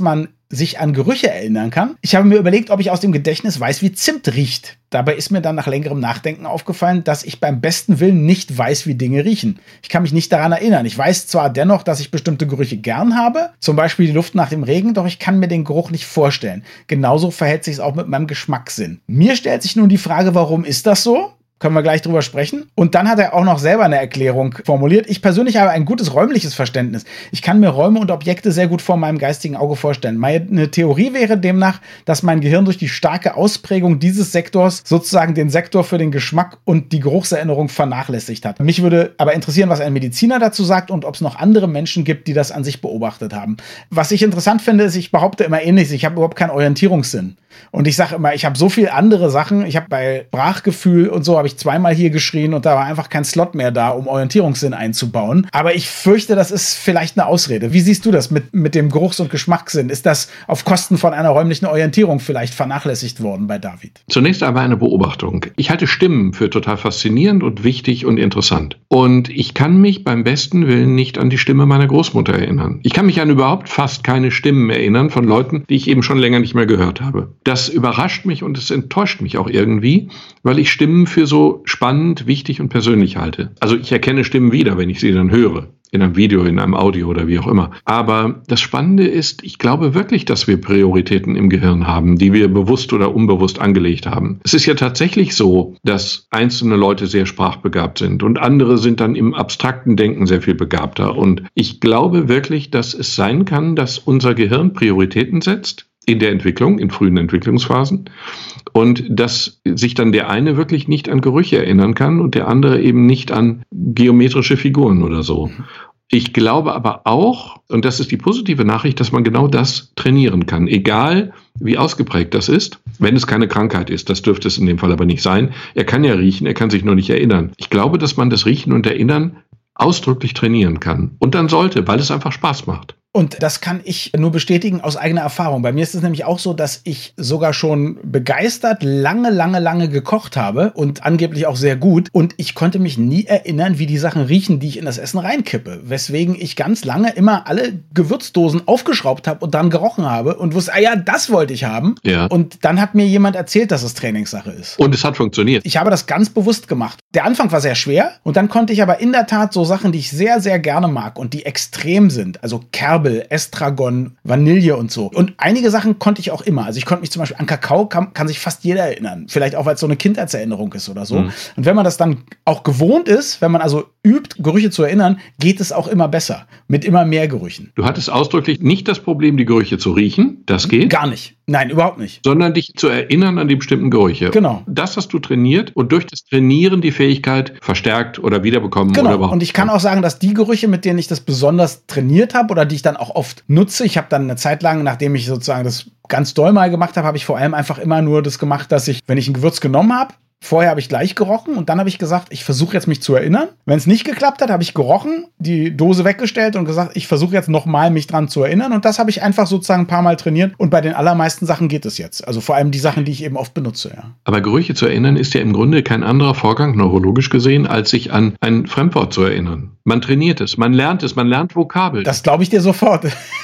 sich an Gerüche erinnern kann. Ich habe mir überlegt, ob ich aus dem Gedächtnis weiß, wie Zimt riecht. Dabei ist mir dann nach längerem Nachdenken aufgefallen, dass ich beim besten Willen nicht weiß, wie Dinge riechen. Ich kann mich nicht daran erinnern. Ich weiß zwar dennoch, dass ich bestimmte Gerüche gern habe, zum Beispiel die Luft nach dem Regen, doch ich kann mir den Geruch nicht vorstellen. Genauso verhält sich es auch mit meinem Geschmackssinn. Mir stellt sich nun die Frage, warum ist das so? Können wir gleich drüber sprechen. Und dann hat er auch noch selber eine Erklärung formuliert. Ich persönlich habe ein gutes räumliches Verständnis. Ich kann mir Räume und Objekte sehr gut vor meinem geistigen Auge vorstellen. Meine Theorie wäre demnach, dass mein Gehirn durch die starke Ausprägung dieses Sektors sozusagen den Sektor für den Geschmack und die Geruchserinnerung vernachlässigt hat. Mich würde aber interessieren, was ein Mediziner dazu sagt und ob es noch andere Menschen gibt, die das an sich beobachtet haben. Was ich interessant finde, ist, ich behaupte immer ähnliches. Ich habe überhaupt keinen Orientierungssinn. Und ich sage immer, ich habe so viele andere Sachen. Ich habe bei Sprachgefühl und so habe ich zweimal hier geschrien und da war einfach kein Slot mehr da, um Orientierungssinn einzubauen. Aber ich fürchte, das ist vielleicht eine Ausrede. Wie siehst du das mit, mit dem Geruchs- und Geschmackssinn? Ist das auf Kosten von einer räumlichen Orientierung vielleicht vernachlässigt worden bei David? Zunächst einmal eine Beobachtung. Ich halte Stimmen für total faszinierend und wichtig und interessant. Und ich kann mich beim besten Willen nicht an die Stimme meiner Großmutter erinnern. Ich kann mich an überhaupt fast keine Stimmen erinnern von Leuten, die ich eben schon länger nicht mehr gehört habe. Das überrascht mich und es enttäuscht mich auch irgendwie, weil ich Stimmen für so spannend, wichtig und persönlich halte. Also ich erkenne Stimmen wieder, wenn ich sie dann höre. In einem Video, in einem Audio oder wie auch immer. Aber das Spannende ist, ich glaube wirklich, dass wir Prioritäten im Gehirn haben, die wir bewusst oder unbewusst angelegt haben. Es ist ja tatsächlich so, dass einzelne Leute sehr sprachbegabt sind und andere sind dann im abstrakten Denken sehr viel begabter. Und ich glaube wirklich, dass es sein kann, dass unser Gehirn Prioritäten setzt in der Entwicklung, in frühen Entwicklungsphasen. Und dass sich dann der eine wirklich nicht an Gerüche erinnern kann und der andere eben nicht an geometrische Figuren oder so. Ich glaube aber auch, und das ist die positive Nachricht, dass man genau das trainieren kann, egal wie ausgeprägt das ist, wenn es keine Krankheit ist. Das dürfte es in dem Fall aber nicht sein. Er kann ja riechen, er kann sich nur nicht erinnern. Ich glaube, dass man das Riechen und Erinnern ausdrücklich trainieren kann. Und dann sollte, weil es einfach Spaß macht. Und das kann ich nur bestätigen aus eigener Erfahrung. Bei mir ist es nämlich auch so, dass ich sogar schon begeistert lange, lange, lange gekocht habe und angeblich auch sehr gut. Und ich konnte mich nie erinnern, wie die Sachen riechen, die ich in das Essen reinkippe. Weswegen ich ganz lange immer alle Gewürzdosen aufgeschraubt habe und dann gerochen habe und wusste, ah ja, das wollte ich haben. Ja. Und dann hat mir jemand erzählt, dass es Trainingssache ist. Und es hat funktioniert. Ich habe das ganz bewusst gemacht. Der Anfang war sehr schwer und dann konnte ich aber in der Tat so Sachen, die ich sehr, sehr gerne mag und die extrem sind, also Kerbel, Estragon, Vanille und so. Und einige Sachen konnte ich auch immer. Also ich konnte mich zum Beispiel an Kakao, kann, kann sich fast jeder erinnern. Vielleicht auch, weil es so eine Kindheitserinnerung ist oder so. Mhm. Und wenn man das dann auch gewohnt ist, wenn man also übt, Gerüche zu erinnern, geht es auch immer besser. Mit immer mehr Gerüchen. Du hattest ausdrücklich nicht das Problem, die Gerüche zu riechen. Das geht. Gar nicht. Nein, überhaupt nicht. Sondern dich zu erinnern an die bestimmten Gerüche. Genau. Das hast du trainiert und durch das Trainieren die Fähigkeit verstärkt oder wiederbekommen. Genau. Oder überhaupt. Und ich kann auch sagen, dass die Gerüche, mit denen ich das besonders trainiert habe oder die ich dann auch oft nutze, ich habe dann eine Zeit lang, nachdem ich sozusagen das ganz doll mal gemacht habe, habe ich vor allem einfach immer nur das gemacht, dass ich, wenn ich ein Gewürz genommen habe, vorher habe ich gleich gerochen und dann habe ich gesagt, ich versuche jetzt mich zu erinnern. Wenn es nicht geklappt hat, habe ich gerochen, die Dose weggestellt und gesagt, ich versuche jetzt nochmal mich dran zu erinnern. Und das habe ich einfach sozusagen ein paar Mal trainiert. Und bei den allermeisten Sachen geht es jetzt. Also vor allem die Sachen, die ich eben oft benutze. Ja. Aber Gerüche zu erinnern ist ja im Grunde kein anderer Vorgang, neurologisch gesehen, als sich an ein Fremdwort zu erinnern. Man trainiert es, man lernt es, man lernt Vokabeln. Das glaube ich dir sofort.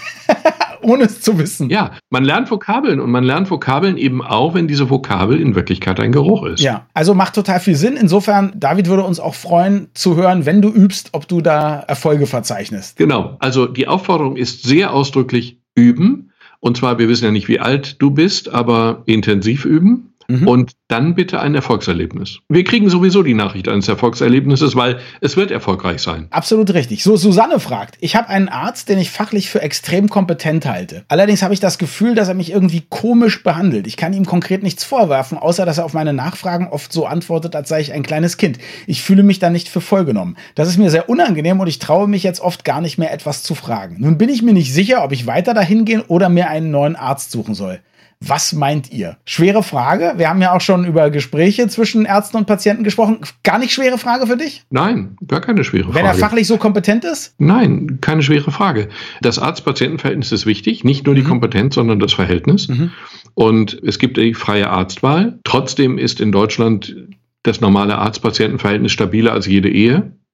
Ohne es zu wissen. Ja, man lernt Vokabeln und man lernt Vokabeln eben auch, wenn diese Vokabel in Wirklichkeit ein Geruch ist. Ja, also macht total viel Sinn. Insofern, David würde uns auch freuen zu hören, wenn du übst, ob du da Erfolge verzeichnest. Genau, also die Aufforderung ist sehr ausdrücklich üben. Und zwar, wir wissen ja nicht, wie alt du bist, aber intensiv üben. Mhm. Und dann bitte ein Erfolgserlebnis. Wir kriegen sowieso die Nachricht eines Erfolgserlebnisses, weil es wird erfolgreich sein. Absolut richtig. So, Susanne fragt, ich habe einen Arzt, den ich fachlich für extrem kompetent halte. Allerdings habe ich das Gefühl, dass er mich irgendwie komisch behandelt. Ich kann ihm konkret nichts vorwerfen, außer dass er auf meine Nachfragen oft so antwortet, als sei ich ein kleines Kind. Ich fühle mich da nicht für voll genommen. Das ist mir sehr unangenehm und ich traue mich jetzt oft gar nicht mehr, etwas zu fragen. Nun bin ich mir nicht sicher, ob ich weiter dahin gehen oder mir einen neuen Arzt suchen soll. Was meint ihr? Schwere Frage. Wir haben ja auch schon über Gespräche zwischen Ärzten und Patienten gesprochen. Gar nicht schwere Frage für dich? Nein, gar keine schwere Frage. Wenn er fachlich so kompetent ist? Nein, keine schwere Frage. Das Arzt-Patienten-Verhältnis ist wichtig. Nicht nur die mhm. Kompetenz, sondern das Verhältnis. Mhm. Und es gibt die freie Arztwahl. Trotzdem ist in Deutschland das normale Arzt-Patienten-Verhältnis stabiler als jede Ehe.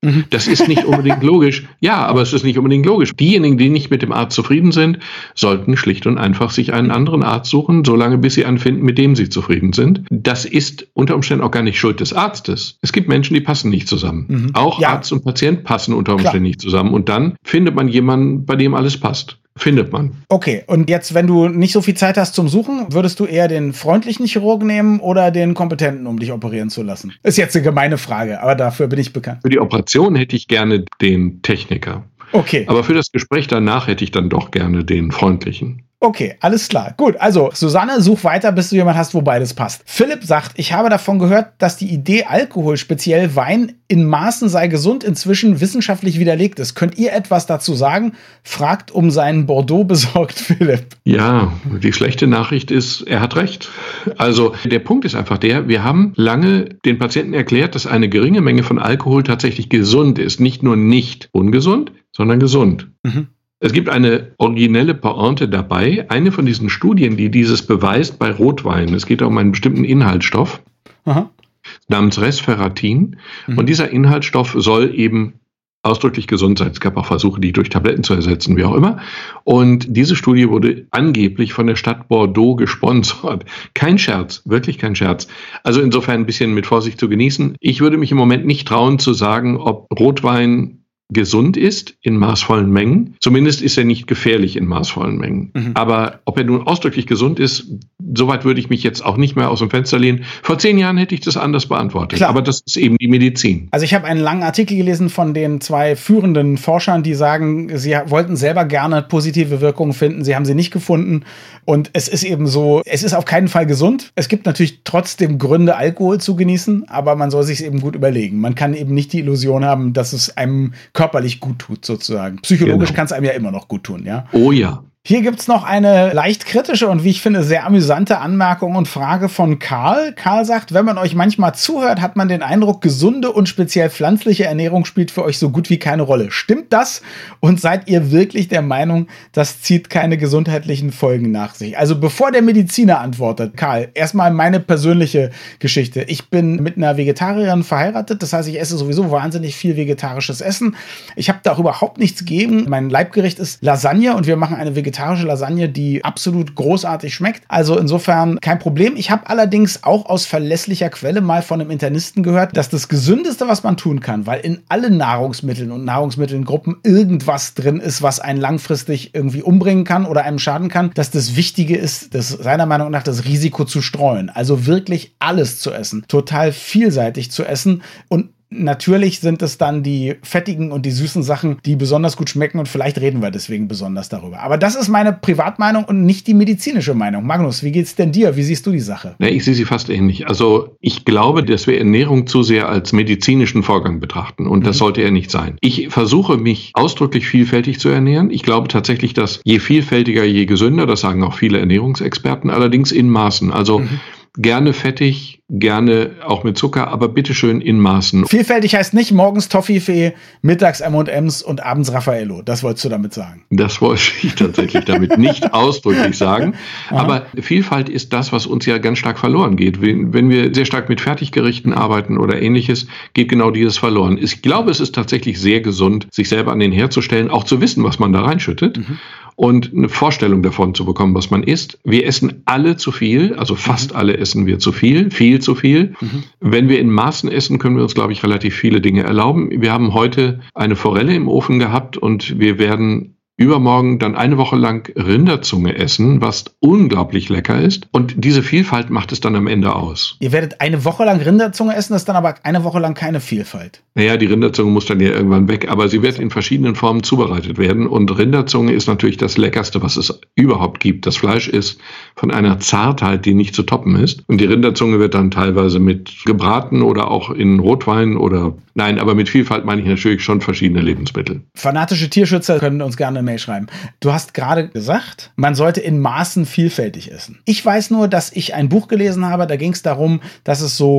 Mhm. Das ist nicht unbedingt logisch. Ja, aber es ist nicht unbedingt logisch. Diejenigen, die nicht mit dem Arzt zufrieden sind, sollten schlicht und einfach sich einen anderen Arzt suchen, solange bis sie einen finden, mit dem sie zufrieden sind. Das ist unter Umständen auch gar nicht Schuld des Arztes. Es gibt Menschen, die passen nicht zusammen. Mhm. Auch ja. Arzt und Patient passen unter Umständen Klar. nicht zusammen. Und dann findet man jemanden, bei dem alles passt. Findet man. Okay, und jetzt, wenn du nicht so viel Zeit hast zum Suchen, würdest du eher den freundlichen Chirurgen nehmen oder den Kompetenten, um dich operieren zu lassen? Ist jetzt eine gemeine Frage, aber dafür bin ich bekannt. Für die Operation hätte ich gerne den Techniker. Okay. Aber für das Gespräch danach hätte ich dann doch gerne den freundlichen. Okay, alles klar. Gut, also Susanne, such weiter, bis du jemanden hast, wo beides passt. Philipp sagt, ich habe davon gehört, dass die Idee Alkohol, speziell Wein, in Maßen sei gesund, inzwischen wissenschaftlich widerlegt ist. Könnt ihr etwas dazu sagen? Fragt um seinen Bordeaux besorgt Philipp. Ja, die schlechte Nachricht ist, er hat recht. Also der Punkt ist einfach der, wir haben lange den Patienten erklärt, dass eine geringe Menge von Alkohol tatsächlich gesund ist. Nicht nur nicht ungesund, sondern gesund. Mhm. Es gibt eine originelle Pointe dabei, eine von diesen Studien, die dieses beweist bei Rotwein. Es geht um einen bestimmten Inhaltsstoff Aha. namens Resveratin. Mhm. Und dieser Inhaltsstoff soll eben ausdrücklich gesund sein. Es gab auch Versuche, die durch Tabletten zu ersetzen, wie auch immer. Und diese Studie wurde angeblich von der Stadt Bordeaux gesponsert. Kein Scherz, wirklich kein Scherz. Also insofern ein bisschen mit Vorsicht zu genießen. Ich würde mich im Moment nicht trauen zu sagen, ob Rotwein gesund ist in maßvollen Mengen. Zumindest ist er nicht gefährlich in maßvollen Mengen. Mhm. Aber ob er nun ausdrücklich gesund ist, soweit würde ich mich jetzt auch nicht mehr aus dem Fenster lehnen. Vor zehn Jahren hätte ich das anders beantwortet. Klar. Aber das ist eben die Medizin. Also ich habe einen langen Artikel gelesen von den zwei führenden Forschern, die sagen, sie wollten selber gerne positive Wirkungen finden. Sie haben sie nicht gefunden. Und es ist eben so, es ist auf keinen Fall gesund. Es gibt natürlich trotzdem Gründe, Alkohol zu genießen, aber man soll sich es eben gut überlegen. Man kann eben nicht die Illusion haben, dass es einem körperlich gut tut, sozusagen. Psychologisch genau. kann es einem ja immer noch gut tun, ja? Oh ja. Hier gibt's noch eine leicht kritische und wie ich finde sehr amüsante Anmerkung und Frage von Karl. Karl sagt, wenn man euch manchmal zuhört, hat man den Eindruck, gesunde und speziell pflanzliche Ernährung spielt für euch so gut wie keine Rolle. Stimmt das? Und seid ihr wirklich der Meinung, das zieht keine gesundheitlichen Folgen nach sich? Also bevor der Mediziner antwortet, Karl, erstmal meine persönliche Geschichte. Ich bin mit einer Vegetarierin verheiratet, das heißt, ich esse sowieso wahnsinnig viel vegetarisches Essen. Ich habe da auch überhaupt nichts gegen. Mein Leibgericht ist Lasagne und wir machen eine vegetarische vegetarische Lasagne, die absolut großartig schmeckt. Also insofern kein Problem. Ich habe allerdings auch aus verlässlicher Quelle mal von einem Internisten gehört, dass das Gesündeste, was man tun kann, weil in allen Nahrungsmitteln und Nahrungsmittelgruppen irgendwas drin ist, was einen langfristig irgendwie umbringen kann oder einem schaden kann, dass das Wichtige ist, das seiner Meinung nach das Risiko zu streuen. Also wirklich alles zu essen, total vielseitig zu essen und natürlich sind es dann die fettigen und die süßen Sachen, die besonders gut schmecken und vielleicht reden wir deswegen besonders darüber. Aber das ist meine Privatmeinung und nicht die medizinische Meinung. Magnus, wie geht's denn dir? Wie siehst du die Sache? Ja, ich sehe sie fast ähnlich. Also ich glaube, dass wir Ernährung zu sehr als medizinischen Vorgang betrachten und mhm. das sollte er nicht sein. Ich versuche mich ausdrücklich vielfältig zu ernähren. Ich glaube tatsächlich, dass je vielfältiger, je gesünder, das sagen auch viele Ernährungsexperten, allerdings in Maßen. Also mhm. gerne fettig, gerne auch mit Zucker, aber bitteschön in Maßen. Vielfältig heißt nicht morgens Toffifee, mittags M und M's und abends Raffaello. Das wolltest du damit sagen? Das wollte ich tatsächlich damit nicht ausdrücklich sagen. Aha. Aber Vielfalt ist das, was uns ja ganz stark verloren geht. Wenn wir sehr stark mit Fertiggerichten arbeiten oder Ähnliches, geht genau dieses verloren. Ich glaube, es ist tatsächlich sehr gesund, sich selber an den Herd zu stellen, auch zu wissen, was man da reinschüttet. Mhm. Und eine Vorstellung davon zu bekommen, was man isst. Wir essen alle zu viel, also fast mhm. alle essen wir zu viel, viel zu viel. Mhm. Wenn wir in Maßen essen, können wir uns, glaube ich, relativ viele Dinge erlauben. Wir haben heute eine Forelle im Ofen gehabt und wir werden übermorgen dann eine Woche lang Rinderzunge essen, was unglaublich lecker ist. Und diese Vielfalt macht es dann am Ende aus. Ihr werdet eine Woche lang Rinderzunge essen, das ist dann aber eine Woche lang keine Vielfalt. Naja, die Rinderzunge muss dann ja irgendwann weg, aber sie wird in verschiedenen Formen zubereitet werden. Und Rinderzunge ist natürlich das Leckerste, was es überhaupt gibt. Das Fleisch ist von einer Zartheit, die nicht zu toppen ist. Und die Rinderzunge wird dann teilweise mit gebraten oder auch in Rotwein oder, nein, aber mit Vielfalt meine ich natürlich schon verschiedene Lebensmittel. Fanatische Tierschützer können uns gerne eine Mail schreiben. Du hast gerade gesagt, man sollte in Maßen vielfältig essen. Ich weiß nur, dass ich ein Buch gelesen habe, da ging es darum, dass es so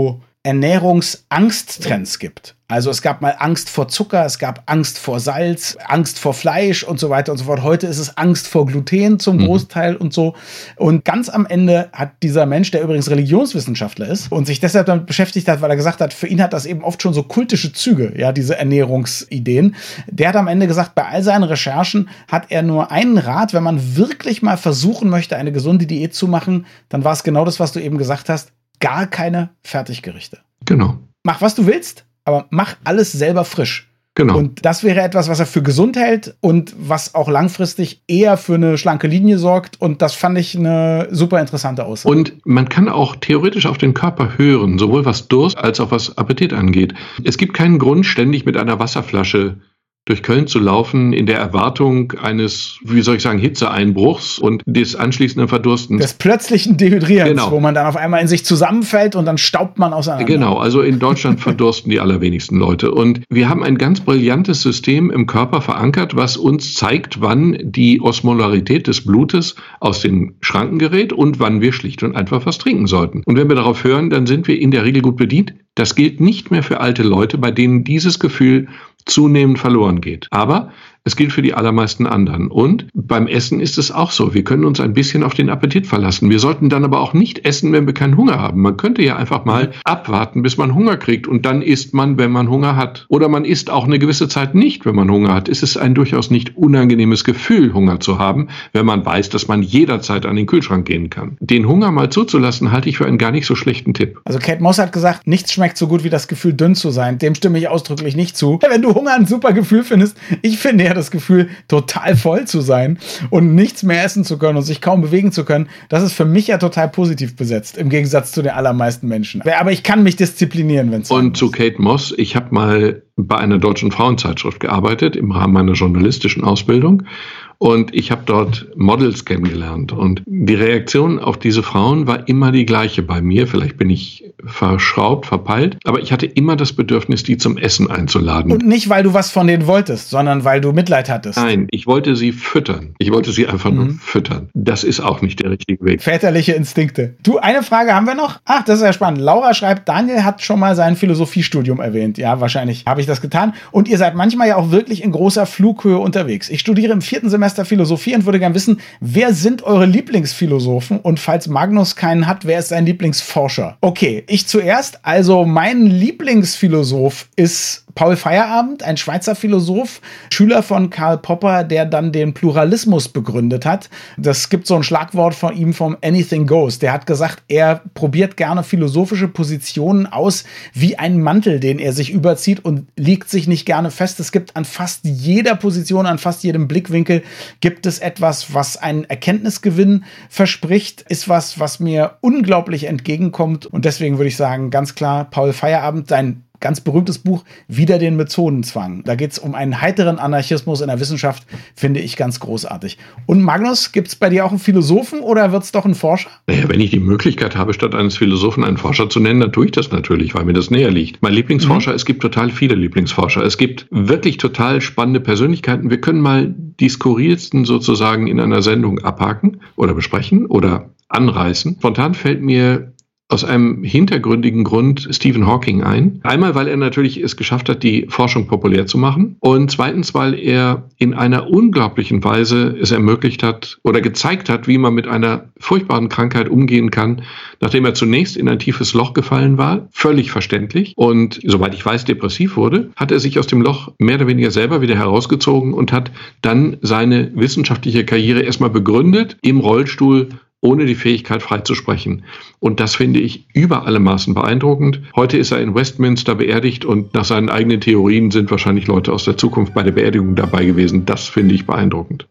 Ernährungsangsttrends gibt. Also es gab mal Angst vor Zucker, es gab Angst vor Salz, Angst vor Fleisch und so weiter und so fort. Heute ist es Angst vor Gluten zum mhm. Großteil und so. Und ganz am Ende hat dieser Mensch, der übrigens Religionswissenschaftler ist und sich deshalb damit beschäftigt hat, weil er gesagt hat, für ihn hat das eben oft schon so kultische Züge, ja, diese Ernährungsideen. Der hat am Ende gesagt, bei all seinen Recherchen hat er nur einen Rat, wenn man wirklich mal versuchen möchte, eine gesunde Diät zu machen, dann war es genau das, was du eben gesagt hast, gar keine Fertiggerichte. Genau. Mach, was du willst, aber mach alles selber frisch. Genau. Und das wäre etwas, was er für gesund hält und was auch langfristig eher für eine schlanke Linie sorgt. Und das fand ich eine super interessante Aussage. Und man kann auch theoretisch auf den Körper hören, sowohl was Durst als auch was Appetit angeht. Es gibt keinen Grund, ständig mit einer Wasserflasche durch Köln zu laufen, in der Erwartung eines, wie soll ich sagen, Hitzeeinbruchs und des anschließenden Verdurstens. Des plötzlichen Dehydrierens, genau. Wo man dann auf einmal in sich zusammenfällt und dann staubt man auseinander. Genau, also in Deutschland verdursten die allerwenigsten Leute. Und wir haben ein ganz brillantes System im Körper verankert, was uns zeigt, wann die Osmolarität des Blutes aus den Schranken gerät und wann wir schlicht und einfach was trinken sollten. Und wenn wir darauf hören, dann sind wir in der Regel gut bedient. Das gilt nicht mehr für alte Leute, bei denen dieses Gefühl zunehmend verloren geht. Aber es gilt für die allermeisten anderen. Und beim Essen ist es auch so. Wir können uns ein bisschen auf den Appetit verlassen. Wir sollten dann aber auch nicht essen, wenn wir keinen Hunger haben. Man könnte ja einfach mal abwarten, bis man Hunger kriegt. Und dann isst man, wenn man Hunger hat. Oder man isst auch eine gewisse Zeit nicht, wenn man Hunger hat. Es ist ein durchaus nicht unangenehmes Gefühl, Hunger zu haben, wenn man weiß, dass man jederzeit an den Kühlschrank gehen kann. Den Hunger mal zuzulassen, halte ich für einen gar nicht so schlechten Tipp. Also Kate Moss hat gesagt, nichts schmeckt so gut wie das Gefühl, dünn zu sein. Dem stimme ich ausdrücklich nicht zu. Wenn du Hunger ein super Gefühl findest, ich finde ja das Gefühl, total voll zu sein und nichts mehr essen zu können und sich kaum bewegen zu können, das ist für mich ja total positiv besetzt, im Gegensatz zu den allermeisten Menschen. Aber ich kann mich disziplinieren, wenn es sein muss. Und zu Kate Moss, ich habe mal bei einer deutschen Frauenzeitschrift gearbeitet, im Rahmen meiner journalistischen Ausbildung. Und ich habe dort Models kennengelernt. Und die Reaktion auf diese Frauen war immer die gleiche bei mir. Vielleicht bin ich verschraubt, verpeilt. Aber ich hatte immer das Bedürfnis, die zum Essen einzuladen. Und nicht, weil du was von denen wolltest, sondern weil du Mitleid hattest. Nein, ich wollte sie füttern. Ich wollte sie einfach mhm. nur füttern. Das ist auch nicht der richtige Weg. Väterliche Instinkte. Du, eine Frage haben wir noch? Ach, das ist ja spannend. Laura schreibt, Daniel hat schon mal sein Philosophiestudium erwähnt. Ja, wahrscheinlich habe ich das getan. Und ihr seid manchmal ja auch wirklich in großer Flughöhe unterwegs. Ich studiere im vierten Semester Philosophie und würde gern wissen, wer sind eure Lieblingsphilosophen? Und falls Magnus keinen hat, wer ist sein Lieblingsforscher? Okay, ich zuerst. Also mein Lieblingsphilosoph ist Paul Feyerabend, ein Schweizer Philosoph, Schüler von Karl Popper, der dann den Pluralismus begründet hat. Das gibt so ein Schlagwort von ihm vom Anything Goes. Der hat gesagt, er probiert gerne philosophische Positionen aus wie ein Mantel, den er sich überzieht und legt sich nicht gerne fest. Es gibt an fast jeder Position, an fast jedem Blickwinkel gibt es etwas, was einen Erkenntnisgewinn verspricht, ist was, was mir unglaublich entgegenkommt. Und deswegen würde ich sagen, ganz klar, Paul Feyerabend, sein ganz berühmtes Buch, Wider den Methodenzwang. Da geht es um einen heiteren Anarchismus in der Wissenschaft, finde ich ganz großartig. Und Magnus, gibt es bei dir auch einen Philosophen oder wird es doch ein Forscher? Naja, wenn ich die Möglichkeit habe, statt eines Philosophen einen Forscher zu nennen, dann tue ich das natürlich, weil mir das näher liegt. Mein Lieblingsforscher, mhm. es gibt total viele Lieblingsforscher. Es gibt wirklich total spannende Persönlichkeiten. Wir können mal die skurrilsten sozusagen in einer Sendung abhaken oder besprechen oder anreißen. Spontan fällt mir aus einem hintergründigen Grund Stephen Hawking ein. Einmal, weil er natürlich es geschafft hat, die Forschung populär zu machen. Und zweitens, weil er in einer unglaublichen Weise es ermöglicht hat oder gezeigt hat, wie man mit einer furchtbaren Krankheit umgehen kann, nachdem er zunächst in ein tiefes Loch gefallen war. Völlig verständlich. Und soweit ich weiß, depressiv wurde, hat er sich aus dem Loch mehr oder weniger selber wieder herausgezogen und hat dann seine wissenschaftliche Karriere erstmal begründet im Rollstuhl, ohne die Fähigkeit frei zu sprechen. Und das finde ich über alle Maßen beeindruckend. Heute ist er in Westminster beerdigt und nach seinen eigenen Theorien sind wahrscheinlich Leute aus der Zukunft bei der Beerdigung dabei gewesen. Das finde ich beeindruckend.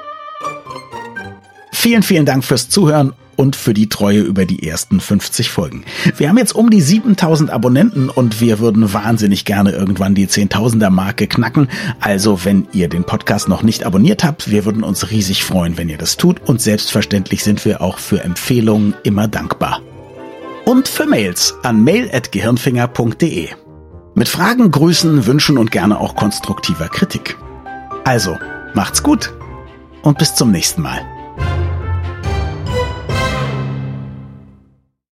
Vielen, vielen Dank fürs Zuhören und für die Treue über die ersten fünfzig Folgen. Wir haben jetzt um die siebentausend Abonnenten und wir würden wahnsinnig gerne irgendwann die Zehntausender-Marke knacken. Also wenn ihr den Podcast noch nicht abonniert habt, wir würden uns riesig freuen, wenn ihr das tut. Und selbstverständlich sind wir auch für Empfehlungen immer dankbar. Und für Mails an mail at gehirnfinger punkt de. Mit Fragen, Grüßen, Wünschen und gerne auch konstruktiver Kritik. Also, macht's gut und bis zum nächsten Mal.